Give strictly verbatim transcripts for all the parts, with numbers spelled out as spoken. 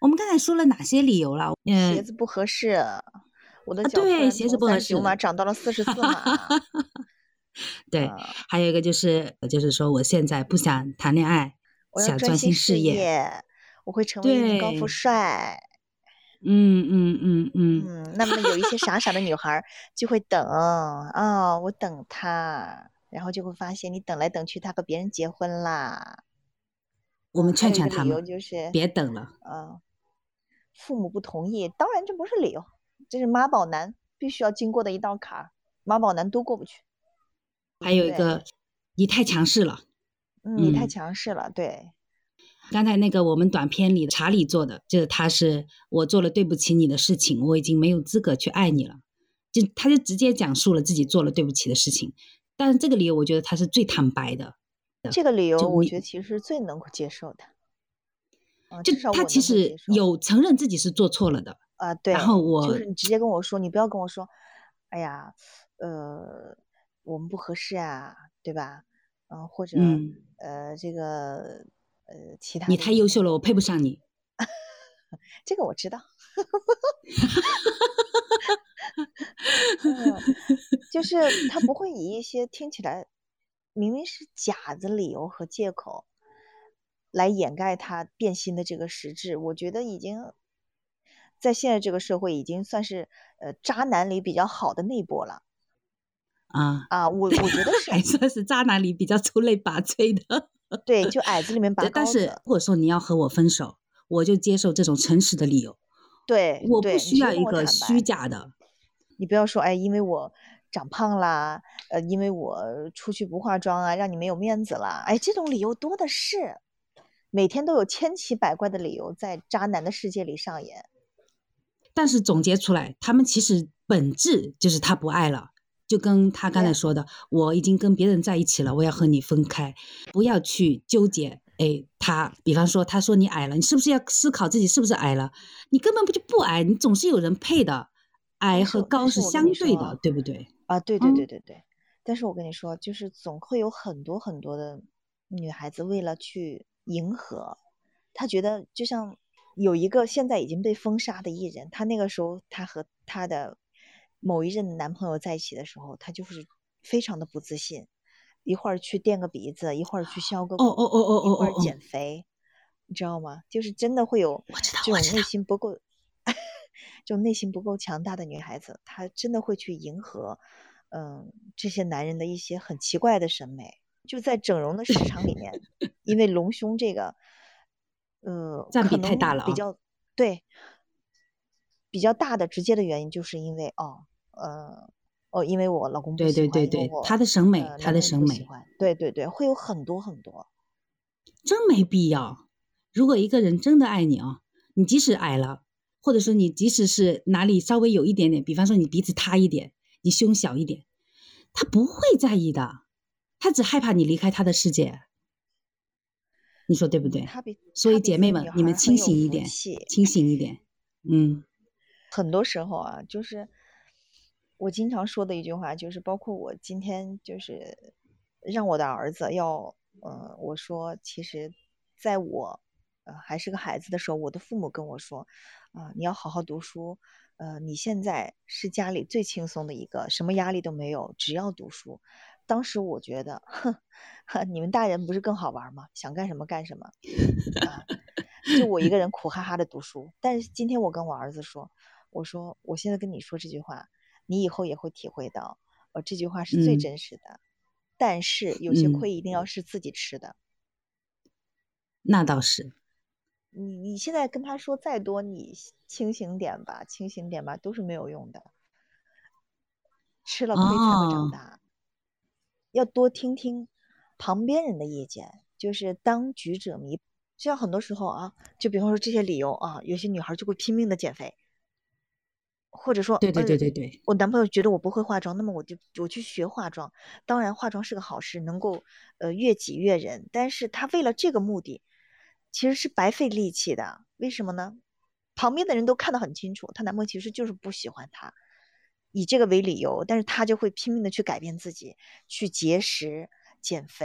我们刚才说了哪些理由了？嗯、 鞋子不合适，我的啊， 脚突对， 然从鞋子不合适三十九码长到了四十四码。 对， 呃， 还有一个就是就是说我现在不想谈恋爱， 我要专想专心事心事业。 业，我会成为一名高富对， 帅。 嗯嗯嗯嗯， 嗯，那么有一些傻傻的女孩儿就会等啊、我等他，然后就会发现你等来等去，他和别人结婚啦。啊、 我们还有一个理由劝劝他们， 就是， 别等了。 啊、父母不同意，当然这不是理由，这是妈宝男必须要经过的一道坎儿，妈宝男都过不去， 还对不对？ 有一个，你太强势了。 嗯，你太嗯， 强势了，对。 刚才那个我们短片里查理做的，就是他是我做了对不起你的事情，我已经没有资格去爱你了，就他就直接讲述了自己做了对不起的事情。但是这个理由，我觉得他是最坦白的。 这个理由就你我觉得其实是最能够接受的，啊、 就他至少我能够其实接受。 有承认自己是做错了的， 啊、 然后对，就我是你直接跟我说，你不要跟我说，哎呀，呃，我们不合适啊，对吧？嗯、或者嗯， 呃，这个呃，其他你的一些， 太优秀了，我配不上你。 这个我知道。嗯，就是他不会以一些听起来明明是假的理由和借口来掩盖他变心的这个实质。我觉得已经在现在这个社会已经算是呃渣男里比较好的那一波了啊， 啊，我我觉得是。 还算是渣男里比较出类拔萃的。 对，就矮子里面拔对，但高子。 是如果说你要和我分手，我就接受这种诚实的理由，我不对对，你需要一直接跟我个虚坦白， 假的。 你不要说哎，因为我长胖啦，呃，因为我出去不化妆啊，让你没有面子啦，哎，这种理由多的是。每天都有千奇百怪的理由在渣男的世界里上演。 但是总结出来，他们其实本质就是他不爱了。就跟他刚才对， 说的，我已经跟别人在一起了，我要和你分开，不要去纠结。哎，他比方说，他说你矮了，你是不是要思考自己是不是矮了？你根本不就不矮，你总是有人配的，矮但是和高是但是我跟你相对的， 说对不对？ 啊，对对对嗯， 对对，但是我跟你说，就是总会有很多很多的女孩子为了去迎合，她觉得就像有一个现在已经被封杀的艺人，她那个时候她和她的某一任男朋友在一起的时候，她就是非常的不自信，一会儿去垫个鼻子，一会儿去削个骨， 哦哦哦哦一会儿哦哦哦， 减肥，你知道吗？就是真的会有我知道， 这种内我知道。 心不够这种内心不够强大的女孩子，她真的会去迎合，嗯，这些男人的一些很奇怪的审美。就在整容的市场里面，因为隆胸这个，呃，可占比太大了啊。 能比较对比较大的直接的原因，就是因为哦，呃，哦，因为我老公不对喜欢，因为对对对，他我的审美，他呃男朋友的审美不喜欢，对对对，会有很多很多。 真没必要。如果一个人真的爱你啊，你即使矮了，或者说你即使是哪里稍微有一点点，比方说你鼻子塌一点，你胸小一点，他不会在意的，他只害怕你离开他的世界。你说对不嗯， 对？ 她比所以她比这个女姐妹们，你们清孩儿很有醒一点， 福气。 清醒一点。嗯， 很多时候啊，就是我经常说的一句话，就是包括我今天就是让我的儿子要，呃，我说其实在我呃还是个孩子的时候，我的父母跟我说，啊、你要好好读书，呃，你现在是家里最轻松的一个，什么压力都没有，只要读书。当时我觉得，哼，你们大人不是更好玩吗？想干什么干什么啊？就我一个人苦哈哈的读书。但是今天我跟我儿子说，我说我现在跟你说这句话，你以后也会体会到，呃，这句话是最嗯真实的。但是有些嗯， 亏一定要是自己吃的。 那倒是。 你你现在跟他说再多，你清醒点吧，清醒点吧，都是没有用的。吃了亏才会长哦， 大。要多听听旁边人的意见，就是当局者迷。就像很多时候啊，就比方说这些理由啊，有些女孩就会拼命的减肥，或者说， 对对呃， 对对对， 我男朋友觉得我不会化妆，那么我就我去学化妆。当然，化妆是个好事，能够呃悦己悦人，但是他为了这个目的，其实是白费力气的。为什么呢？旁边的人都看得很清楚，她男朋友其实就是不喜欢她，以这个为理由，但是她就会拼命的去改变自己，去节食、减肥，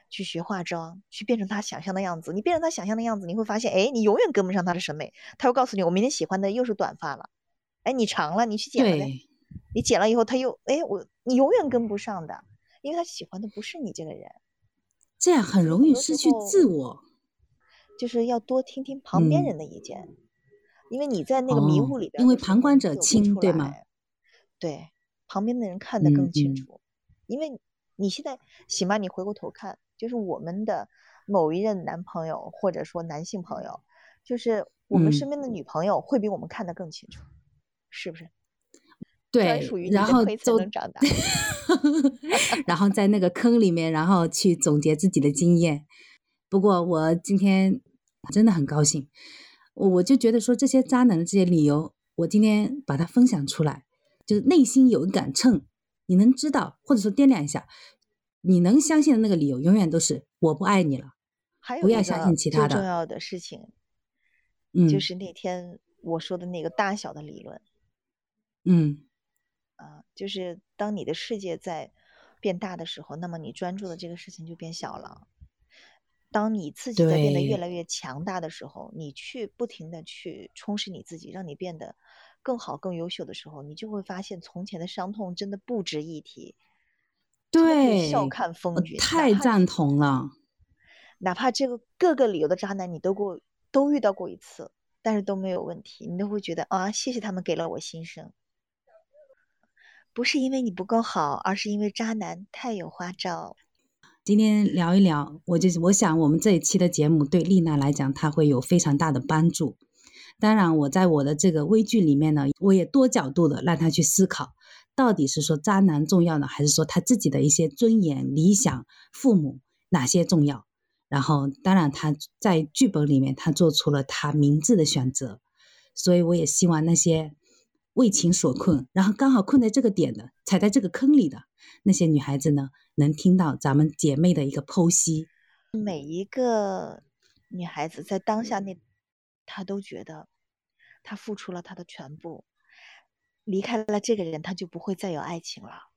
去学化妆，去变成他想象的样子。你变成他想象的样子，你会发现，哎，你永远跟不上他的审美。他会告诉你，我明天喜欢的又是短发了，哎，你长了，你去剪了呗。 对， 你剪了以后，他又，哎，我你永远跟不上的，因为他喜欢的不是你这个人。 这样很所以很多时容易失去候自我。 就是要多听听旁边嗯， 人的意见，因为你在那个迷哦， 雾里因为边的时候， 旁观者你走不清，对吗？ 出来。对，旁边的人看得更清嗯嗯， 楚，因为你现在起码你回过头看，就是我们的某一任男朋友或者说男性朋友，就是我们嗯， 身边的女朋友会比我们看得更清楚，是不是？专对， 属于你然的亏才后走， 能长大。 然后在那个坑里面，然后去总结自己的经验。不过我今天真的很高兴，我我就觉得说这些渣男的这些理由，我今天把它分享出来，就是内心有一杆秤，你能知道，或者说掂量一下，你能相信的那个理由，永远都是我不爱你了， 还有不要相信一个其他的。 最重要的事情，就嗯是那天我说的那个大小的理论。 嗯， 啊，就是当你的世界在变大的时候，那么你专注的这个事情就变小了。当你自己在变得越对来越强大的时候，你去不停的去充实你自己，让你变得更好、更优秀的时候，你就会发现从前的伤痛真的不值一提，真的可以笑对， 看我风云。哪怕太赞同了。 哪怕这个各个理由的渣男你都过都遇到过一次，但是都没有问题，你都会觉得啊，谢谢他们给了我新生。不是因为你不够好，而是因为渣男太有花招。 今天聊一聊，我就是我想我们这一期的节目对丽娜来讲，她会有非常大的帮助。当然，我在我的这个微剧里面呢，我也多角度的让她去思考，到底是说渣男重要呢，还是说她自己的一些尊严、理想、父母哪些重要？然后，当然她在剧本里面，她做出了她明智的选择。所以，我也希望那些为情所困，然后刚好困在这个点的，踩在这个坑里的那些女孩子呢，能听到咱们姐妹的一个剖析。 每一个女孩子在当下那，她都觉得她付出了她的全部，离开了这个人，她就不会再有爱情了。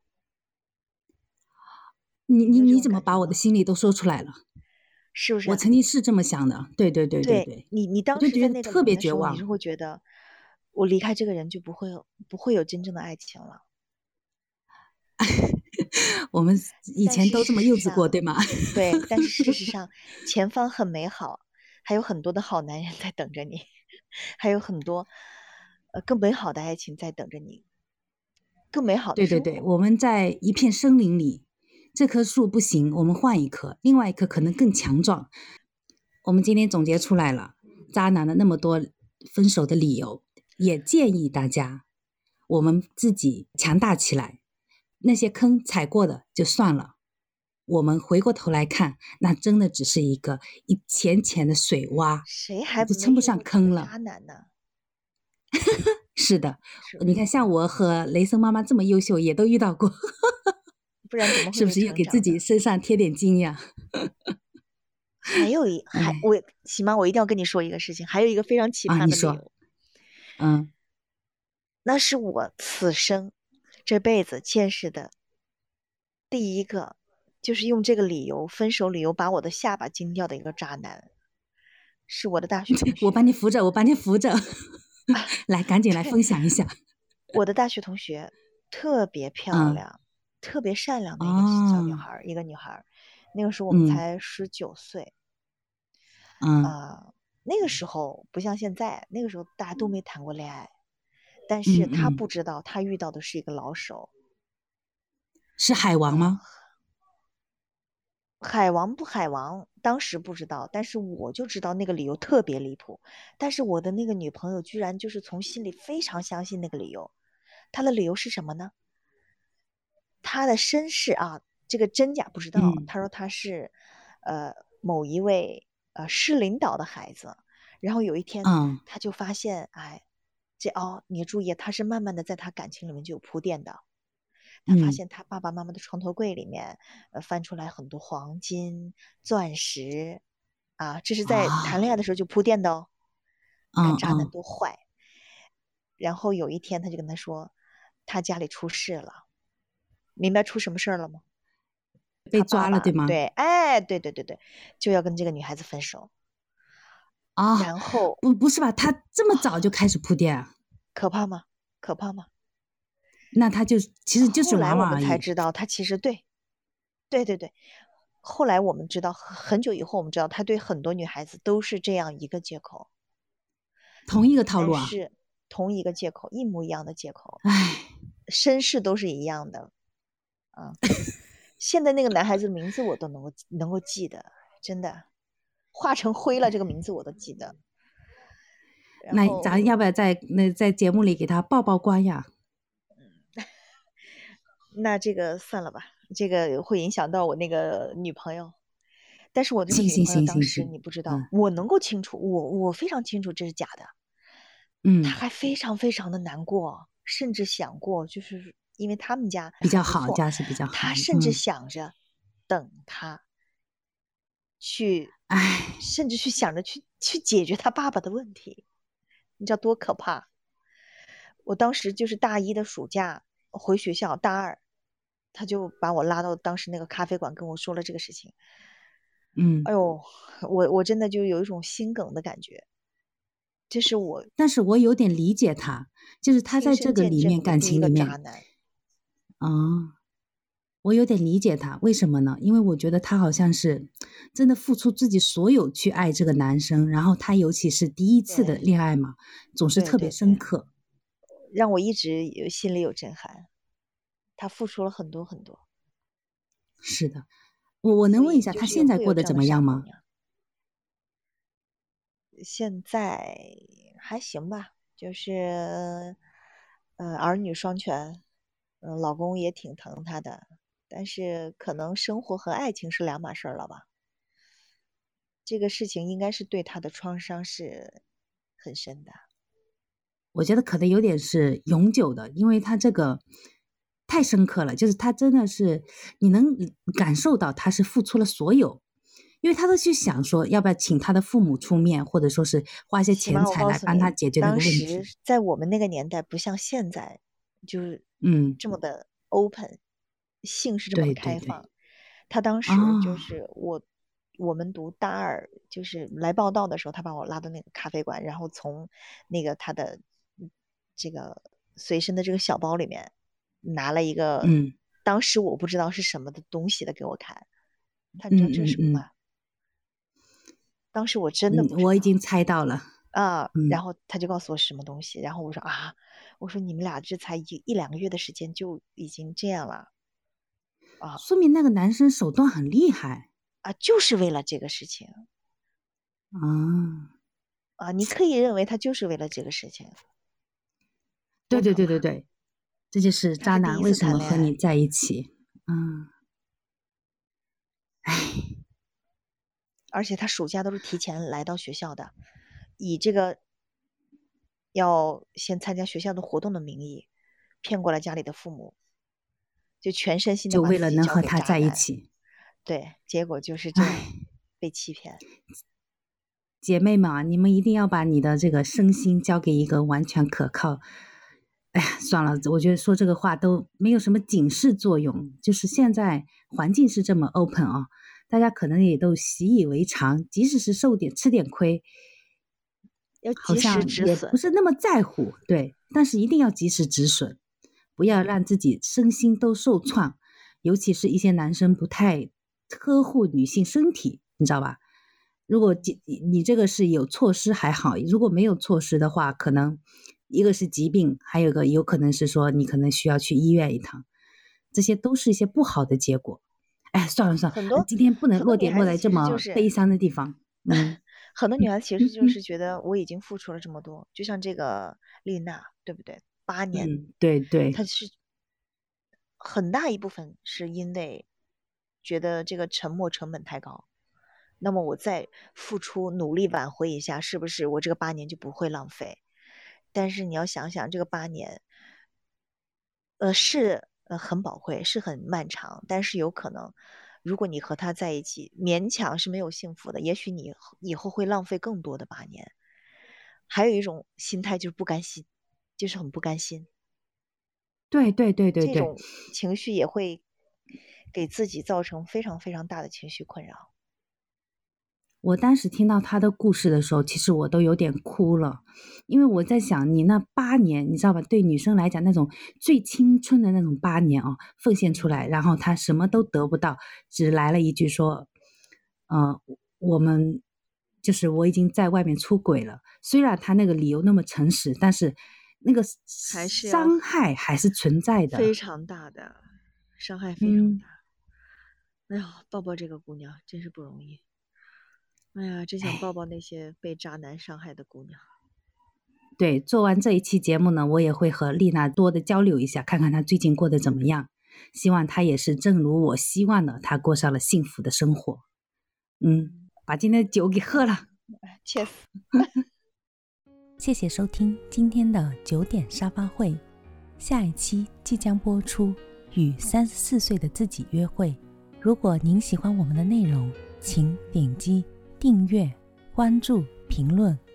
你你你有这种你怎么把我的感觉吗？ 心里都说出来了？ 是不是？ 我曾经是这么想的，对对对对对对， 你，你我就当时在那个觉得特里面的时候，你别绝望。 是会觉得我离开这个人就不会有不会有真正的爱情了。 我们以但是事前都这么幼稚过， 实上， 对吗？ 对，但是事实上，前方很美好，还有很多的好男人在等着你，还有很多呃更美好的爱情在等着你，更美好的对对对， 生活。 我们在一片森林里，这棵树不行，我们换一棵，另外一棵可能更强壮。我们今天总结出来了渣男的那么多分手的理由，也建议大家我们自己强大起来，那些坑踩过的就算了，我们回过头来看，那真的只是一个一浅浅的水洼， 谁还就称不上没遇过几个坑了。 渣男呢？ 是的， 是不是？ 你看像我和雷森妈妈这么优秀，也都遇到过， 不然怎么会有是不是要给自成长呢？ 己身上贴点金呀？ 还有一还哎， 我起码我一定要跟你说一个事情，还有一个非常奇啊，你说， 葩的理由， 嗯， 那是我此生这辈子见识的第一个，就是用这个理由分手理由把我的下巴惊掉的一个渣男，是我的大学同我把学。 你扶着，我把你扶着，来，赶紧来对， 分享一下。 我的大学同学特别漂嗯， 亮，特别善良的一个小女哦， 孩儿，一个女孩儿。那个时候我们嗯才十九岁， 嗯啊、那个时候不像现在，那个时候大家都没谈过恋爱，但是嗯嗯， 她不知道，她遇到的是一个老手。 是海王啊、 吗？ 海王不海王，当时不知道，但是我就知道那个理由特别离谱。但是我的那个女朋友居然就是从心里非常相信那个理由。她的理由是什么呢？她的身世啊，这个真假不知道。 嗯她说她是，呃，某一位呃市领导的孩子。然后有一天， 嗯她就发现，哎，这哦，你注意，她是慢慢的在她感情里面就有铺垫的。他发嗯现他爸爸妈妈的床头柜里面，呃，翻出来很多黄金、钻石，啊，这是在谈恋爱啊， 的时候就铺垫的哦。你看渣男嗯嗯， 多坏。然后有一天他就跟他说，他家里出事了，明白出什么事儿了吗？ 被他爸爸抓了对吗？ 对，哎，对对对对，就要跟这个女孩子分手。 啊、 然后不不是吧？他这么早就开始铺垫啊？ 可怕吗？可怕吗？ 那他就其实就是后来我们玩玩而已。 才知道，他其实对，对对对。后来我们知道，很很久以后我们知道，他对很多女孩子都是这样一个借口， 同一个套路啊。 但是同一个借口，一模一样的借口， 唉， 身世都是一样的啊。现在那个男孩子的名字我都能够能够记得，真的化成灰了，这个名字我都记得。然那咱要后不要在那在节目里给他曝曝光呀？ 那这个算了吧，这个会影响到我那个女朋友。但是我这个行行女朋友当时行行行， 你不知道， 嗯我能够清楚，我我非常清楚这是假的。她嗯， 还非常非常的难过，甚至想过，就是因为他们家比较好， 还不错， 家是比较好， 她甚至嗯， 想着等他去， 唉， 甚至去想着去去解决他爸爸的问题，你知道多可怕？我当时就是大一的暑假回学校，大二他就把我拉到当时那个咖啡馆跟我说了这个事情。 嗯。 哎呦，我我真的就有一种心梗的感觉，这是我但是我有点理解他，就是他亲在这身见证个里面感的第一个情里面， 渣男。 啊、我有点理解他，为什么呢？因为我觉得他好像是真的付出自己所有去爱这个男生，然后他尤其是第一次的对恋爱嘛，总是特别对对对， 深刻。 让我一直有心里有震撼。他付出了很多很多， 是的，我我能问一下， 所以就他现在是会有这样过得怎的傻姑么样吗？ 娘。现在还行吧，就是呃儿女双全，嗯、老公也挺疼她的，但是可能生活和爱情是两码事儿了吧。这个事情应该是对她的创伤是很深的。 我觉得可能有点是永久的，因为他这个太深刻了，就是他真的是你能感受到他是付出了所有，因为他都去想说要不要请他的父母出面，或者说是花一些起码我钱财来告诉你， 帮他解决那个当问题。 时在我们那个年代，不像现在，就是嗯， 这么的 open，性是这么的对对对， 开放。他当时就啊， 是我，我们读大二，就是来报道的时候，他把我拉到那个咖啡馆，然后从那个他的嗯这个随身的这个小包里面拿了一个， 嗯当时我不知道是什么的东西的给我看。他你知道嗯这是嗯嗯什么吗？当时我真的嗯， 不知道。 我已经猜到了。 啊，然嗯， 后他就告诉我是什么东西，然后我说啊，我说你们俩这才一一两个月的时间就已经这样了啊说明那个男生手段很厉害啊，就是为了这个事情啊。 啊，你可以认为他就是为了这个事情， 对对多可怕！ 对对对，这就是渣他是第一次男为什么谈恋爱， 和你在一起。嗯，唉。 而且他暑假都是提前来到学校的，以这个要先参加学校的活动的名义，骗过来家里的父母，就全身心的就把为了能和自己交给他在一渣男， 起。 对，结果就是这样唉， 被欺骗。 姐妹们啊，你们一定要把你的这个身心交给一个完全可靠。哎呀，算了，我觉得说这个话都没有什么警示作用。就是现在环境是这么 open 啊，大家可能也都习以为常，即使是受点吃点亏，好要及时像也不止损。 是那么在乎。对，但是一定要及时止损，不要让自己身心都受创。尤其是一些男生不太呵护女性身体，你知道吧？如果你你这个是有措施还好，如果没有措施的话，可能一个是疾病，还有一个有可能是说你可能需要去医院一趟，这些都是一些不好的结果。哎，算了算了， 很多今天不能很多落点落女孩子其实就在这么悲是， 伤的地方。嗯很多女孩子其实就嗯嗯是觉得我已经付出了这么多，就像这个丽娜，对不对？八年， 嗯，对对， 她是很大一部分是因为觉得这个沉没成本太高，那么我再付出努力挽回一下，是不是我这个八年就不会浪费？但是你要想想，这个八年，呃，是呃很宝贵，是很漫长，但是有可能，如果你和他在一起，勉强是没有幸福的，也许你以后会浪费更多的八年。还有一种心态就是不甘心，就是很不甘心， 对对对对对， 这种情绪也会给自己造成非常非常大的情绪困扰。 我当时听到他的故事的时候，其实我都有点哭了，因为我在想，你那八年，你知道吧，对女生来讲，那种最青春的那种八年啊，奉献出来，然后他什么都得不到，只来了一句说，呃，我们就是我已经在外面出轨了。虽然他那个理由那么诚实，但是那个还是要伤害还是存在的， 非常大的伤害，非常嗯， 大。哎呀，抱抱这个姑娘真是不容易。哎呀，真想抱抱那些被渣男伤害的姑娘。 对，做完这一期节目呢，我也会和丽娜多的交流一下，看看她最近过得怎么样。希望她也是正如我希望的，她过上了幸福的生活。嗯，把今天的酒给喝了。 切死。 谢谢收听今天的九点沙发会，下一期即将播出与三十四岁的自己约会。如果您喜欢我们的内容，请点击订阅、关注、评论